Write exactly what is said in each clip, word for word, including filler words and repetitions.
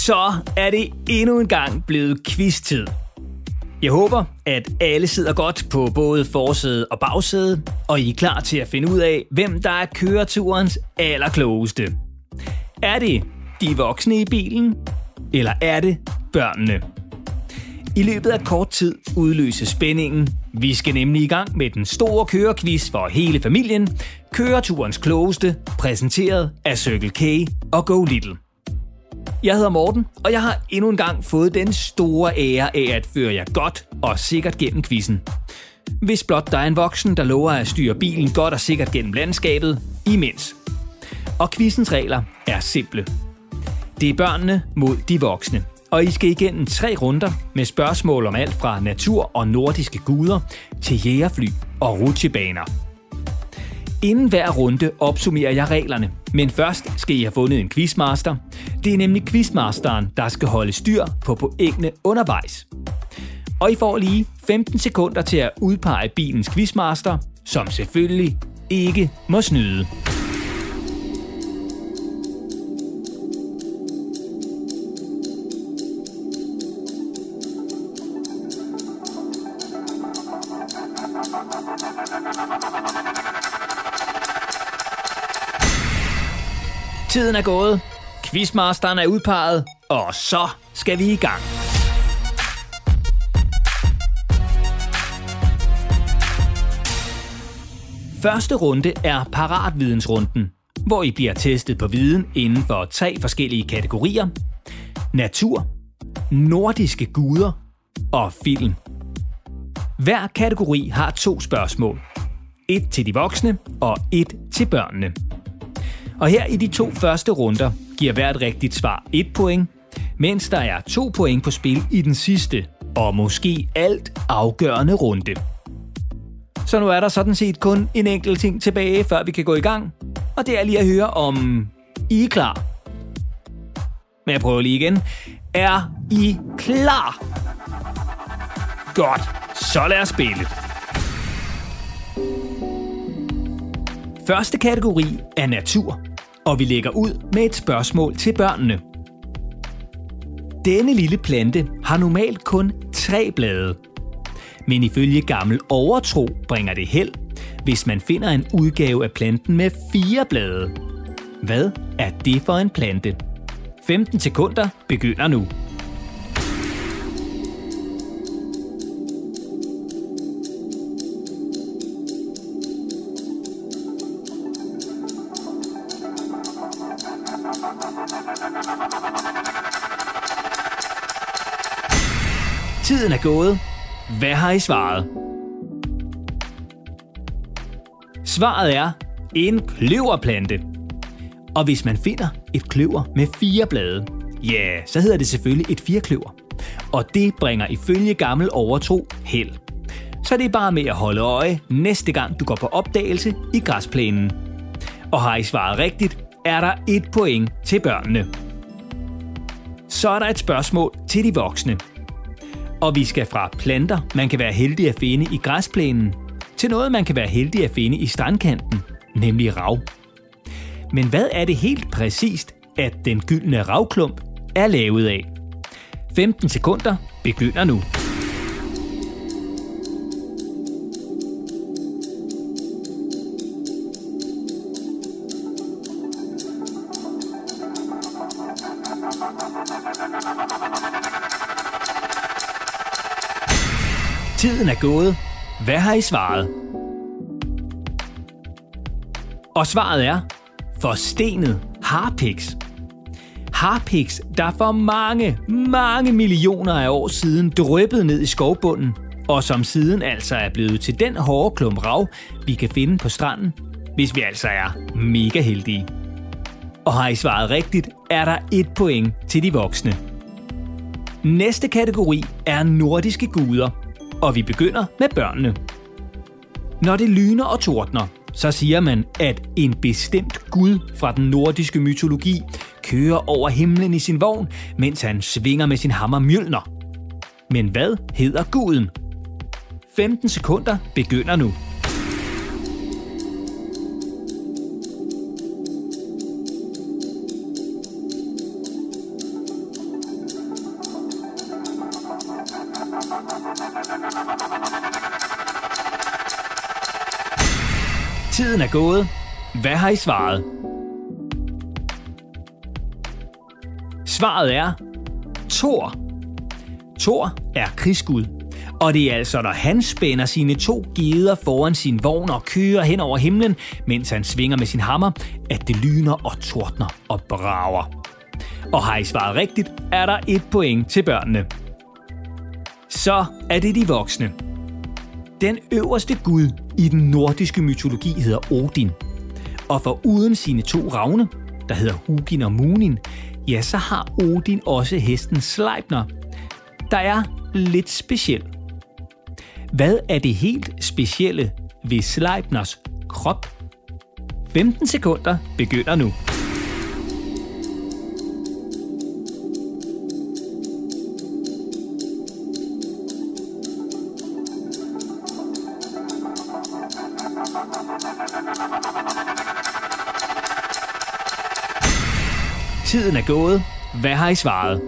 Så er det endnu en gang blevet quiz-tid. Jeg håber, at alle sidder godt på både forsæde og bagsæde, og I er klar til at finde ud af, hvem der er køreturens allerklogeste. Er det de voksne i bilen, eller er det børnene? I løbet af kort tid udløses spændingen. Vi skal nemlig i gang med den store kørequiz for hele familien. Køreturens klogeste, præsenteret af Circle K og Go Little. Jeg hedder Morten, og jeg har endnu en gang fået den store ære af at føre jer godt og sikkert gennem quizzen. Hvis blot der er en voksen, der lover at styre bilen godt og sikkert gennem landskabet, imens. Og quizzens regler er simple. Det er børnene mod de voksne, og I skal igennem tre runder med spørgsmål om alt fra natur og nordiske guder til jægerfly og rutsjebaner. Inden hver runde opsummerer jeg reglerne, men først skal I have fundet en quizmaster. Det er nemlig quizmasteren, der skal holde styr på pointene undervejs. Og I får lige femten sekunder til at udpege bilens quizmaster, som selvfølgelig ikke må snyde. Tiden er gået, quizmasteren er udpeget, og så skal vi i gang. Første runde er paratvidensrunden, hvor I bliver testet på viden inden for tre forskellige kategorier: natur, nordiske guder og film. Hver kategori har to spørgsmål. Et til de voksne og et til børnene. Og her i de to første runder giver hvert rigtigt svar et point, mens der er to point på spil i den sidste og måske alt afgørende runde. Så nu er der sådan set kun en enkelt ting tilbage, før vi kan gå i gang, og det er lige at høre, om I er klar. Men jeg prøver lige igen. Er I klar? Godt, så lad os spille. Første kategori er natur, og vi lægger ud med et spørgsmål til børnene. Denne lille plante har normalt kun tre blade. Men ifølge gammel overtro bringer det held, hvis man finder en udgave af planten med fire blade. Hvad er det for en plante? femten sekunder begynder nu. Tiden er gået. Hvad har I svaret? Svaret er en kløverplante. Og hvis man finder et kløver med fire blade, ja, så hedder det selvfølgelig et firkløver. Og det bringer ifølge gammel overtro held. Så det er bare med at holde øje næste gang du går på opdagelse i græsplænen. Og har I svaret rigtigt, er der et point til børnene. Så er der et spørgsmål til de voksne. Og vi skal fra planter, man kan være heldig at finde i græsplænen, til noget, man kan være heldig at finde i strandkanten, nemlig rav. Men hvad er det helt præcist, at den gyldne ravklump er lavet af? femten sekunder begynder nu. Tiden er gået. Hvad har I svaret? Og svaret er forstenet harpiks. Harpiks, der for mange, mange millioner af år siden dryppede ned i skovbunden, og som siden altså er blevet til den hårde klump rav, vi kan finde på stranden, hvis vi altså er mega heldige. Og har I svaret rigtigt, er der et point til de voksne. Næste kategori er nordiske guder, og vi begynder med børnene. Når det lyner og tordner, så siger man, at en bestemt gud fra den nordiske mytologi kører over himlen i sin vogn, mens han svinger med sin hammer Mjølner. Men hvad hedder guden? femten sekunder begynder nu. Tiden er gået. Hvad har I svaret? Svaret er Thor. Thor er krigsgud, og det er altså, når han spænder sine to geder foran sin vogn og kører hen over himlen, mens han svinger med sin hammer, at det lyner og tordner og brager. Og har I svaret rigtigt, er der et point til børnene. Så er det de voksne. Den øverste gud i den nordiske mytologi hedder Odin. Og for uden sine to ravne, der hedder Hugin og Munin, ja, så har Odin også hesten Sleipner, der er lidt speciel. Hvad er det helt specielle ved Sleipners krop? femten sekunder begynder nu. Tiden er gået. Hvad har I svaret?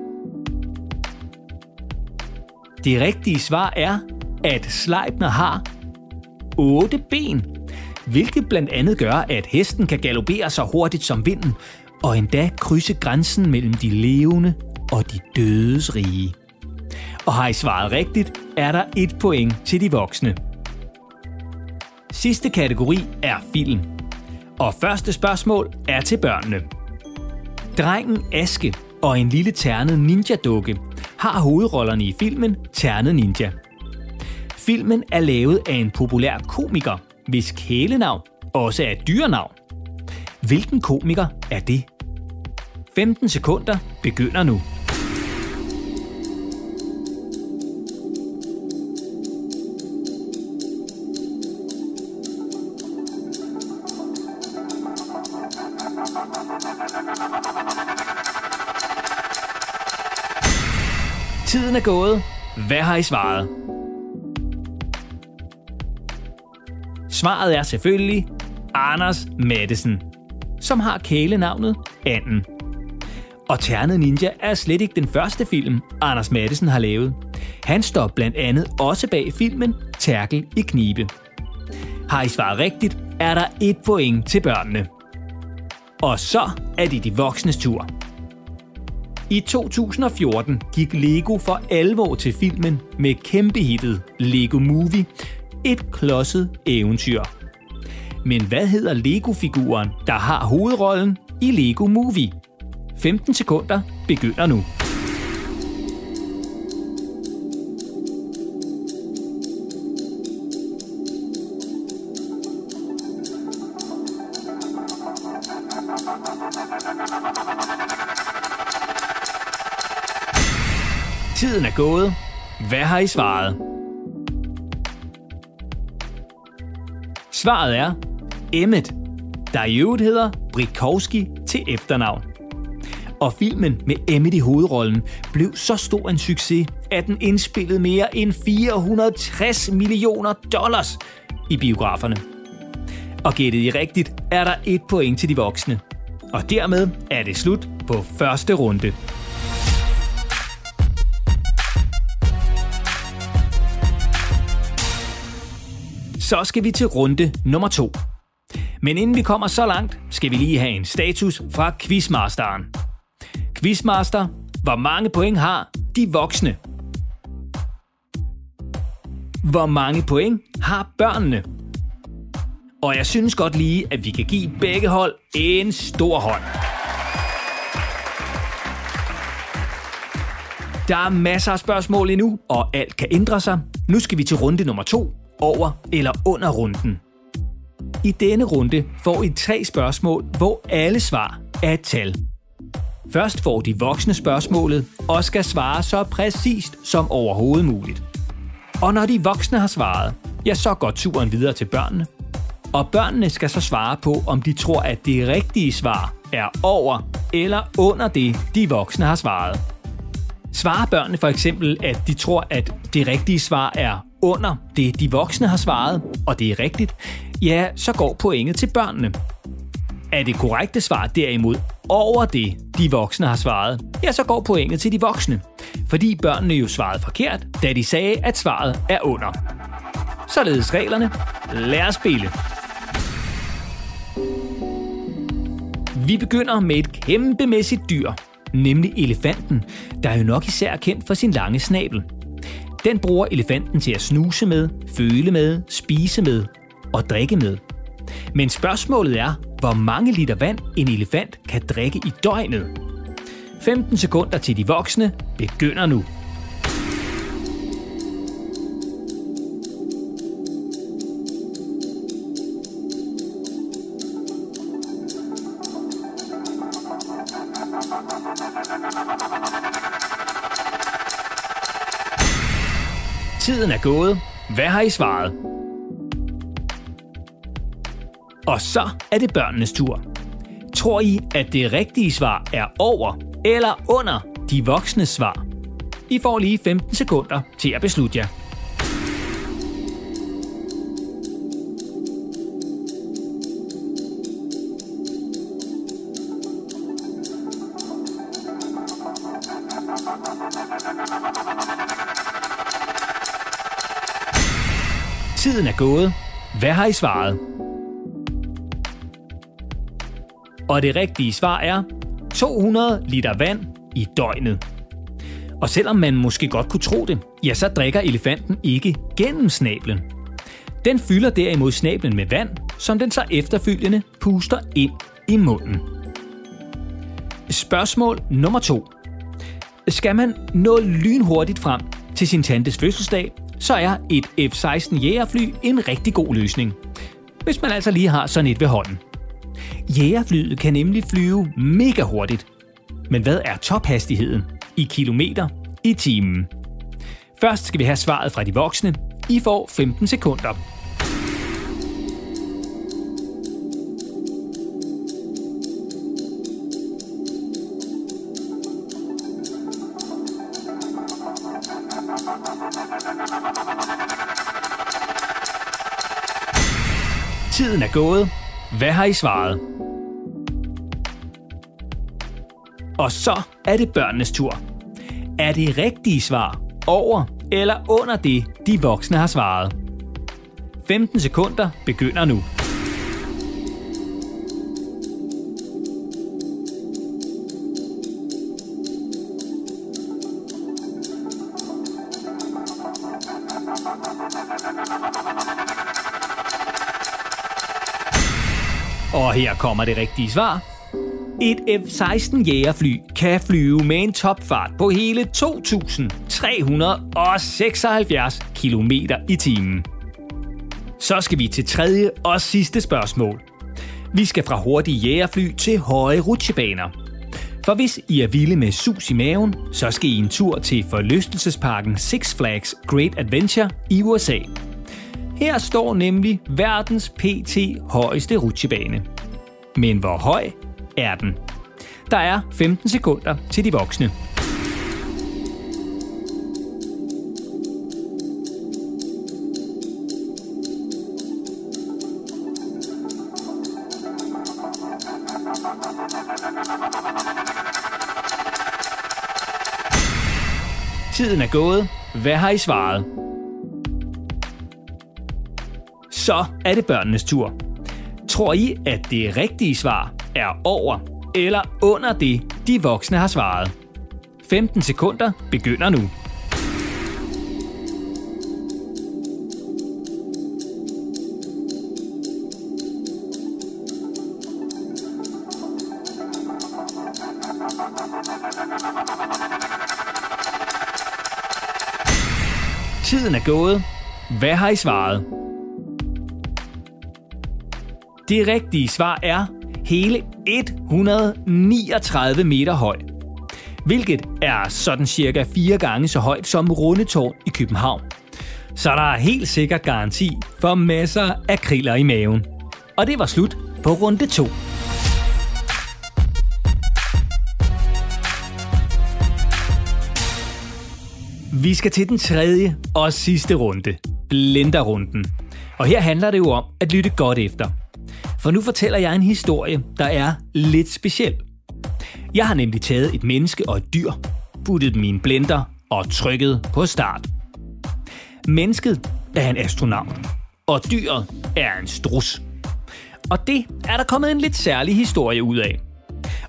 Det rigtige svar er, at Sleipner har otte ben, hvilket blandt andet gør, at hesten kan galopere så hurtigt som vinden, og endda krydse grænsen mellem de levende og de dødes rige. Og har I svaret rigtigt, er der et point til de voksne. Sidste kategori er film. Og første spørgsmål er til børnene. Drengen Aske og en lille ternet ninja-dukke har hovedrollerne i filmen Ternet Ninja. Filmen er lavet af en populær komiker, hvis kælenavn også er et dyrenavn. Hvilken komiker er det? femten sekunder begynder nu. Tiden er gået. Hvad har I svaret? Svaret er selvfølgelig Anders Matthesen, som har kælenavnet Anden. Og Ternet Ninja er slet ikke den første film, Anders Matthesen har lavet. Han står blandt andet også bag filmen Terkel i knibe. Har I svaret rigtigt, er der et point til børnene. Og så er det de voksnes tur. I to tusind og fjorten gik Lego for alvor til filmen med kæmpehittet Lego Movie, et klodset eventyr. Men hvad hedder Lego-figuren, der har hovedrollen i Lego Movie? femten sekunder begynder nu. Tiden er gået. Hvad har I svaret? Svaret er Emmet, der i øvrigt hedder Brikowski til efternavn. Og filmen med Emmet i hovedrollen blev så stor en succes, at den indspillede mere end fire hundrede og tres millioner dollars i biograferne. Og gættede I rigtigt, er der et point til de voksne. Og dermed er det slut på første runde. Så skal vi til runde nummer to. Men inden vi kommer så langt, skal vi lige have en status fra Quizmasteren. Quizmaster, hvor mange point har de voksne? Hvor mange point har børnene? Og jeg synes godt lige, at vi kan give begge hold en stor hånd. Der er masser af spørgsmål endnu, og alt kan ændre sig. Nu skal vi til runde nummer to, over eller under runden. I denne runde får I tre spørgsmål, hvor alle svar er et tal. Først får de voksne spørgsmålet og skal svare så præcist som overhovedet muligt. Og når de voksne har svaret, ja, så går turen videre til børnene. Og børnene skal så svare på, om de tror, at det rigtige svar er over eller under det, de voksne har svaret. Svarer børnene for eksempel, at de tror, at det rigtige svar er under det, de voksne har svaret, og det er rigtigt, ja, så går pointet til børnene. Er det korrekte svar derimod over det, de voksne har svaret, ja, så går pointet til de voksne, fordi børnene jo svarede forkert, da de sagde, at svaret er under. Således reglerne. Lad os spille. Vi begynder med et kæmpemæssigt dyr, nemlig elefanten, der er jo nok især kendt for sin lange snabel. Den bruger elefanten til at snuse med, føle med, spise med og drikke med. Men spørgsmålet er, hvor mange liter vand en elefant kan drikke i døgnet. femten sekunder til de voksne begynder nu. Tiden er gået. Hvad har I svaret? Og så er det børnenes tur. Tror I, at det rigtige svar er over eller under de voksnes svar? I får lige femten sekunder til at beslutte jer. Tiden er gået. Hvad har I svaret? Og det rigtige svar er to hundrede liter vand i døgnet. Og selvom man måske godt kunne tro det, ja, så drikker elefanten ikke gennem snablen. Den fylder derimod snablen med vand, som den så efterfølgende puster ind i munden. Spørgsmål nummer to. Skal man nå lynhurtigt frem til sin tantes fødselsdag, så er et F seksten jægerfly en rigtig god løsning, hvis man altså lige har sådan et ved hånden. Jægerflyet kan nemlig flyve mega hurtigt. Men hvad er tophastigheden i kilometer i timen? Først skal vi have svaret fra de voksne. I får femten sekunder. Tiden er gået. Hvad har I svaret? Og så er det børnenes tur. Er det rigtige svar over eller under det, de voksne har svaret? femten sekunder begynder nu. Og her kommer det rigtige svar. Et F seksten jægerfly kan flyve med en topfart på hele to tusind tre hundrede seksoghalvfjerds kilometer i timen. Så skal vi til tredje og sidste spørgsmål. Vi skal fra hurtige jægerfly til høje rutsjebaner. For hvis I er vilde med sus i maven, så skal I en tur til forlystelsesparken Six Flags Great Adventure i U S A. Her står nemlig verdens P T højeste rutsjebane. Men hvor høj er den? Der er femten sekunder til de voksne. Tiden er gået. Hvad har I svaret? Så er det børnenes tur. Tror I, at det rigtige svar er over eller under det, de voksne har svaret? femten sekunder begynder nu. Tiden er gået. Hvad har I svaret? Det rigtige svar er hele et hundrede niogtredive meter høj, hvilket er sådan cirka fire gange så højt som Rundetårn i København. Så der er helt sikkert garanti for masser af kriller i maven. Og det var slut på runde to. Vi skal til den tredje og sidste runde, blenderrunden. Og her handler det jo om at lytte godt efter. For nu fortæller jeg en historie, der er lidt speciel. Jeg har nemlig taget et menneske og et dyr, puttet dem i en blender og trykket på start. Mennesket er en astronaut, og dyret er en struds. Og det er der kommet en lidt særlig historie ud af.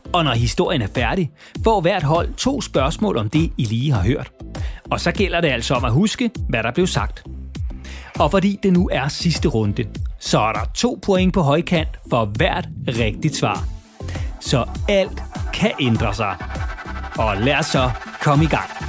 Og når historien er færdig, får hvert hold to spørgsmål om det, I lige har hørt. Og så gælder det altså om at huske, hvad der blev sagt. Og fordi det nu er sidste runde, så er der to point på højkant for hvert rigtigt svar. Så alt kan ændre sig. Og lad os så komme i gang.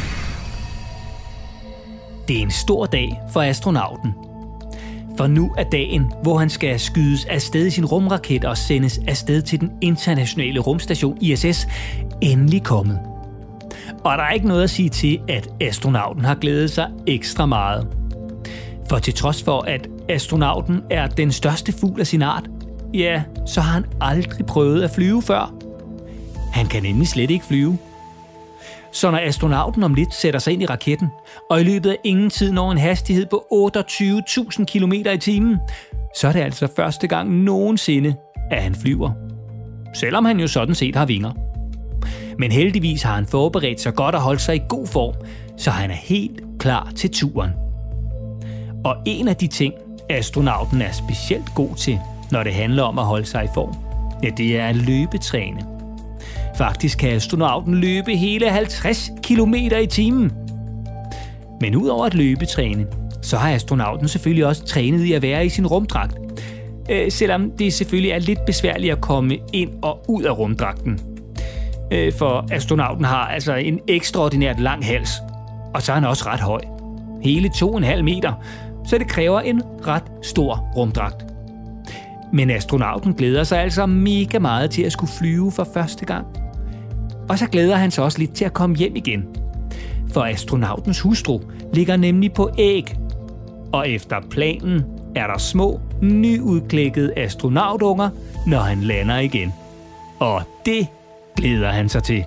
Det er en stor dag for astronauten. For nu er dagen, hvor han skal skydes afsted i sin rumraket og sendes afsted til den internationale rumstation I S S, endelig kommet. Og der er ikke noget at sige til, at astronauten har glædet sig ekstra meget. For til trods for, at astronauten er den største fugl af sin art, ja, så har han aldrig prøvet at flyve før. Han kan nemlig slet ikke flyve. Så når astronauten om lidt sætter sig ind i raketten, og i løbet af ingen tid når en hastighed på otteogtyve tusind kilometer i timen, så er det altså første gang nogensinde, at han flyver. Selvom han jo sådan set har vinger. Men heldigvis har han forberedt sig godt og holdt sig i god form, så han er helt klar til turen. Og en af de ting, astronauten er specielt god til, når det handler om at holde sig i form, ja, det er at løbetræne. Faktisk kan astronauten løbe hele halvtreds kilometer i timen. Men udover at løbetræne, så har astronauten selvfølgelig også trænet i at være i sin rumdragt. Øh, selvom det selvfølgelig er lidt besværligt at komme ind og ud af rumdragten. Øh, for astronauten har altså en ekstraordinært lang hals, og så er han også ret høj. Hele to komma fem meter, så det kræver en ret stor rumdragt. Men astronauten glæder sig altså mega meget til at skulle flyve for første gang. Og så glæder han sig også lidt til at komme hjem igen. For astronautens hustru ligger nemlig på æg. Og efter planen er der små, nyudklækkede astronautunger, når han lander igen. Og det glæder han sig til.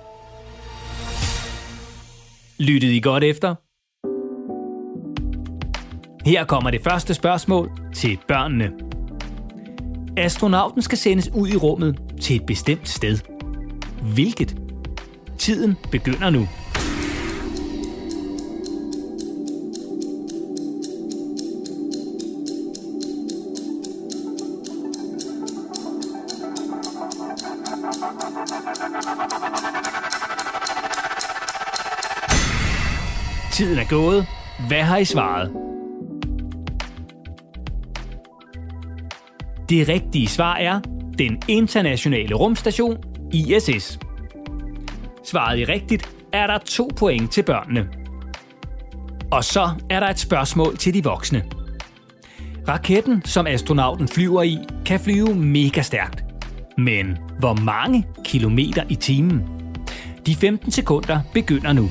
Lyttede I godt efter? Her kommer det første spørgsmål til børnene. Astronauten skal sendes ud i rummet til et bestemt sted. Hvilket? Tiden begynder nu. Tiden er gået. Hvad har I svaret? Det rigtige svar er den internationale rumstation I S S. Svaret I rigtigt er der to point til børnene. Og så er der et spørgsmål til de voksne. Raketten, som astronauten flyver i, kan flyve mega stærkt. Men hvor mange kilometer i timen? De femten sekunder begynder nu.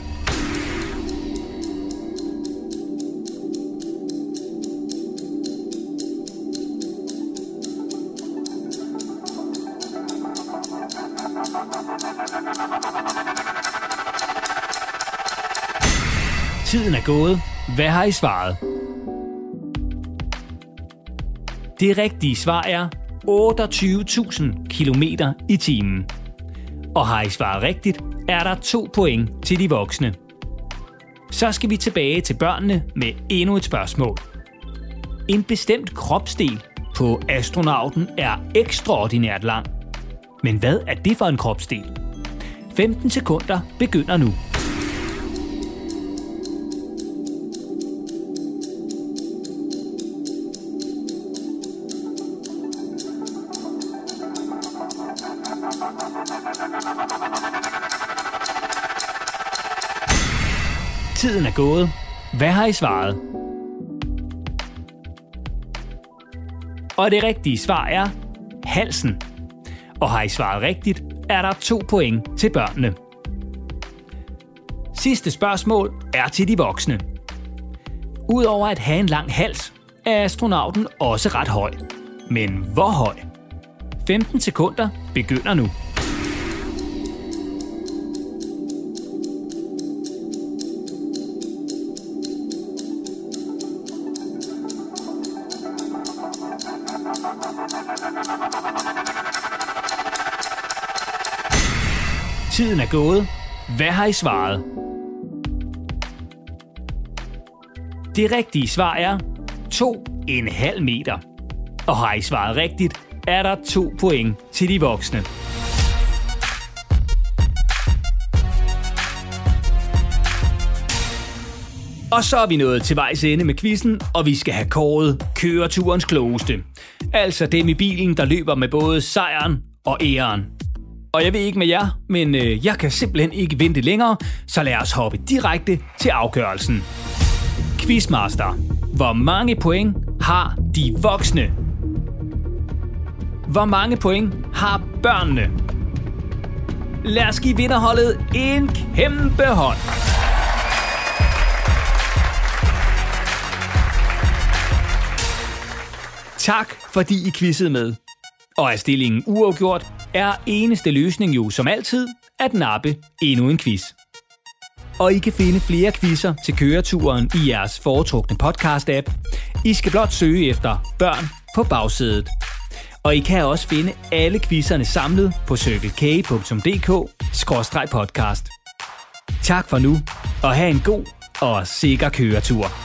Tiden er gået. Hvad har I svaret? Det rigtige svar er otteogtyve tusind kilometer i timen. Og har I svaret rigtigt, er der to point til de voksne. Så skal vi tilbage til børnene med endnu et spørgsmål. En bestemt kropsdel på astronauten er ekstraordinært lang. Men hvad er det for en kropsdel? femten sekunder begynder nu. Tiden er gået. Hvad har I svaret? Og det rigtige svar er halsen. Og har I svaret rigtigt, er der to point til børnene. Sidste spørgsmål er til de voksne. Udover at have en lang hals, er astronauten også ret høj. Men hvor høj? femten sekunder begynder nu. Tiden er gået. Hvad har I svaret? Det rigtige svar er to komma fem meter. Og har I svaret rigtigt, er der to point til de voksne. Og så er vi nået til vejs ende med quizzen, og vi skal have kåret køreturens klogeste. Altså dem i bilen, der løber med både sejren og æren. Og jeg ved ikke med jer, men øh, jeg kan simpelthen ikke vente længere, så lad os hoppe direkte til afgørelsen. Quizmaster. Hvor mange point har de voksne? Hvor mange point har børnene? Lad os give vinderholdet en kæmpe hånd. Tak fordi I quizzede med. Og er stillingen uafgjort, er eneste løsning jo som altid at nappe endnu en quiz. Og I kan finde flere quizzer til køreturen i jeres foretrukne podcast-app. I skal blot søge efter børn på bagsædet. Og I kan også finde alle quizzerne samlet på circle k punktum d k skråstreg podcast. Tak for nu, og have en god og sikker køretur.